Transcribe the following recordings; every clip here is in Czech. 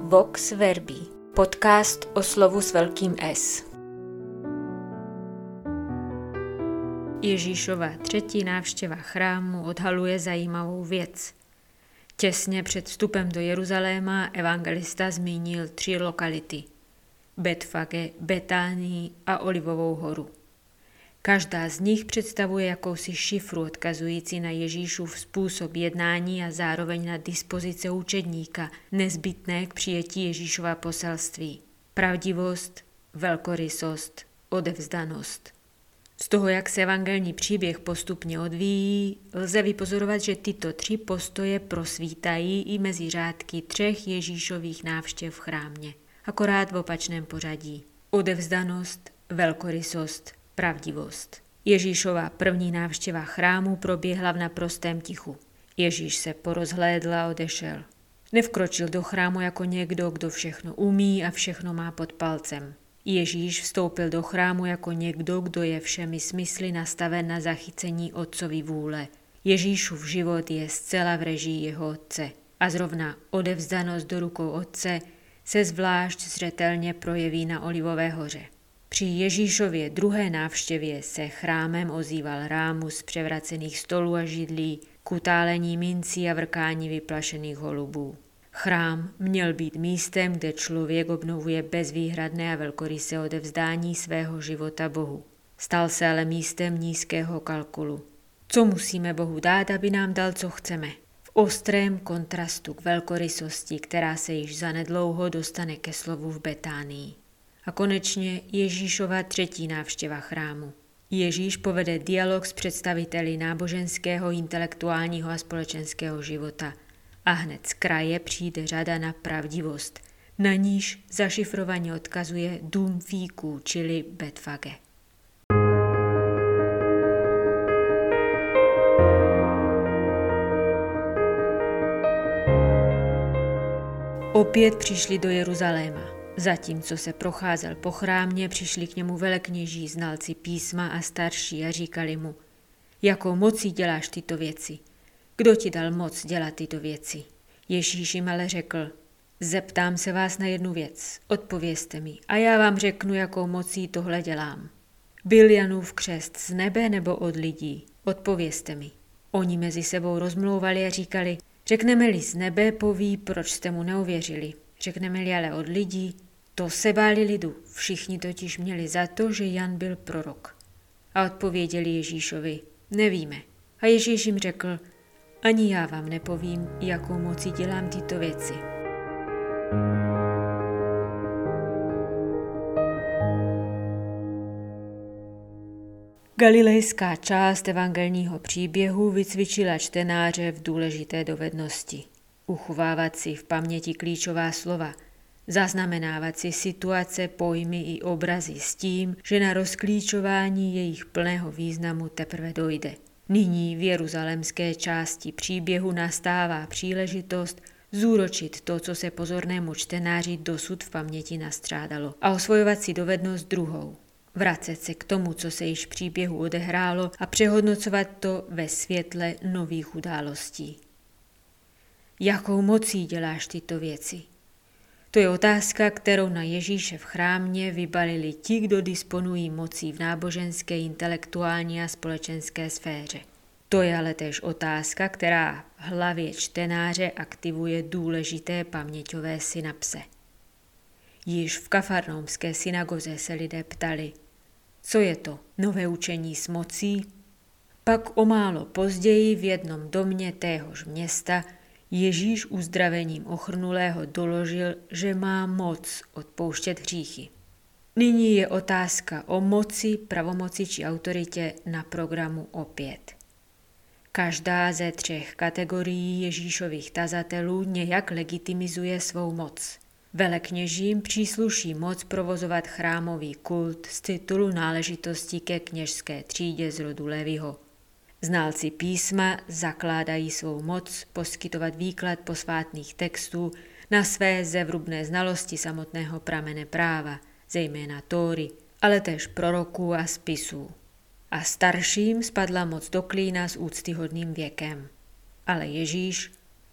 Vox Verbi, podcast o slovu s velkým S. Ježíšova třetí návštěva chrámu odhaluje zajímavou věc. Těsně před vstupem do Jeruzaléma evangelista zmínil 3 lokality: Betfage, Betánii a Olivovou horu. Každá z nich představuje jakousi šifru odkazující na Ježíšův způsob jednání a zároveň na dispozice učedníka, nezbytné k přijetí Ježíšova poselství. Pravdivost, velkorysost, odevzdanost. Z toho, jak se evangelní příběh postupně odvíjí, lze vypozorovat, že tyto 3 postoje prosvítají i mezi řádky 3 Ježíšových návštěv v chrámě, akorát v opačném pořadí. Odevzdanost, velkorysost, pravdivost. Ježíšova první návštěva chrámu proběhla v naprostém tichu. Ježíš se porozhlédl a odešel. Nevkročil do chrámu jako někdo, kdo všechno umí a všechno má pod palcem. Ježíš vstoupil do chrámu jako někdo, kdo je všemi smysly nastaven na zachycení Otcovy vůle. Ježíšův život je zcela v režii jeho Otce. A zrovna odevzdanost do rukou Otce se zvlášť zřetelně projeví na Olivové hoře. Při Ježíšově druhé návštěvě se chrámem ozýval rámus převracených stolů a židlí, kutálení mincí a vrkání vyplašených holubů. Chrám měl být místem, kde člověk obnovuje bezvýhradné a velkorysé odevzdání svého života Bohu. Stal se ale místem nízkého kalkulu. Co musíme Bohu dát, aby nám dal, co chceme? V ostrém kontrastu k velkorysosti, která se již zanedlouho dostane ke slovu v Betánii. A konečně Ježíšova třetí návštěva chrámu. Ježíš povede dialog s představiteli náboženského, intelektuálního a společenského života. A hned z kraje přijde řada na pravdivost, na níž zašifrovaně odkazuje dům fíků, čili Betfage. Opět přišli do Jeruzaléma. Zatímco se procházel po chrámě, přišli k němu velekněží, znalci písma a starší a říkali mu: jakou mocí děláš tyto věci? Kdo ti dal moc dělat tyto věci? Ježíš jim ale řekl: zeptám se vás na jednu věc, odpovězte mi a já vám řeknu, jakou mocí tohle dělám. Byl Janův křest z nebe nebo od lidí? Odpovězte mi. Oni mezi sebou rozmlouvali a říkali: řekneme-li z nebe, poví, proč jste mu neuvěřili. Řekneme-li ale od lidí, to se báli lidu, všichni totiž měli za to, že Jan byl prorok. A odpověděli Ježíšovi: nevíme. A Ježíš jim řekl: ani já vám nepovím, jakou mocí dělám tyto věci. Galilejská část evangelního příběhu vycvičila čtenáře v důležité dovednosti. Uchovávat si v paměti klíčová slova, zaznamenávat si situace, pojmy i obrazy s tím, že na rozklíčování jejich plného významu teprve dojde. Nyní v jeruzalémské části příběhu nastává příležitost zúročit to, co se pozornému čtenáři dosud v paměti nastřádalo, a osvojovat si dovednost druhou. Vracet se k tomu, co se již v příběhu odehrálo, a přehodnocovat to ve světle nových událostí. Jakou mocí děláš tyto věci? To je otázka, kterou na Ježíše v chrámě vybalili ti, kdo disponují mocí v náboženské, intelektuální a společenské sféře. To je ale též otázka, která v hlavě čtenáře aktivuje důležité paměťové synapse. Již v Kafarnaumské synagoze se lidé ptali: co je to, nové učení s mocí? Pak o málo později v jednom domě téhož města Ježíš uzdravením ochrnulého doložil, že má moc odpouštět hříchy. Nyní je otázka o moci, pravomoci či autoritě na programu opět. Každá ze 3 kategorií Ježíšových tazatelů nějak legitimizuje svou moc. Velekněžím přísluší moc provozovat chrámový kult z titulu náležitosti ke kněžské třídě z rodu Leviho. Znalci písma zakládají svou moc poskytovat výklad posvátných textů na své zevrubné znalosti samotného pramene práva, zejména Tóry, ale též proroků a spisů. A starším spadla moc do klína s úctyhodným věkem. Ale Ježíš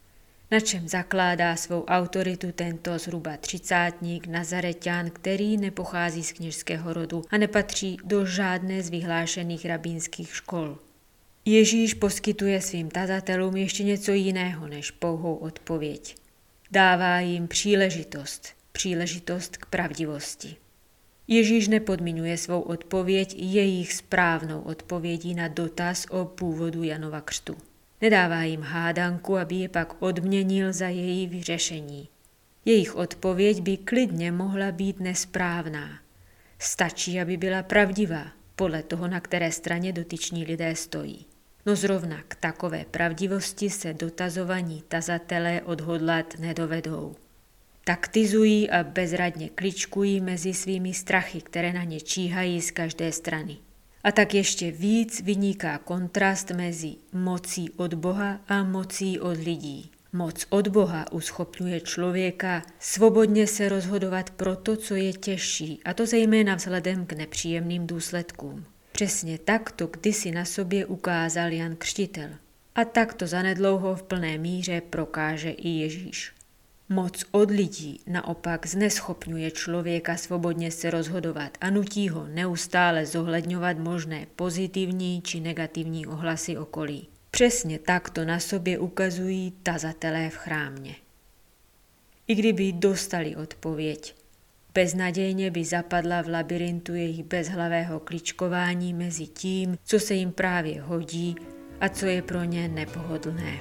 na čem zakládá svou autoritu tento zhruba třicátník Nazareťan, který nepochází z kněžského rodu a nepatří do žádné z vyhlášených rabínských škol. Ježíš poskytuje svým tazatelům ještě něco jiného než pouhou odpověď. Dává jim příležitost k pravdivosti. Ježíš nepodmiňuje svou odpověď jejich správnou odpovědí na dotaz o původu Janova křtu. Nedává jim hádanku, aby je pak odměnil za její vyřešení. Jejich odpověď by klidně mohla být nesprávná. Stačí, aby byla pravdivá, podle toho, na které straně dotyční lidé stojí. No zrovna k takové pravdivosti se dotazovaní tazatelé odhodlat nedovedou. Taktizují a bezradně kličkují mezi svými strachy, které na ně číhají z každé strany. A tak ještě víc vyniká kontrast mezi mocí od Boha a mocí od lidí. Moc od Boha uschopňuje člověka svobodně se rozhodovat pro to, co je těžší, a to zejména vzhledem k nepříjemným důsledkům. Přesně tak to kdysi na sobě ukázal Jan Křtitel. A tak to zanedlouho v plné míře prokáže i Ježíš. Moc od lidí naopak zneschopňuje člověka svobodně se rozhodovat a nutí ho neustále zohledňovat možné pozitivní či negativní ohlasy okolí. Přesně tak to na sobě ukazují tazatelé v chrámě. I kdyby dostali odpověď, beznadějně by zapadla v labirintu jejich bezhlavého kličkování mezi tím, co se jim právě hodí a co je pro ně nepohodlné.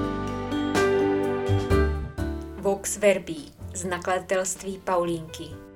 Vox Verbi z nakladatelství Paulínky.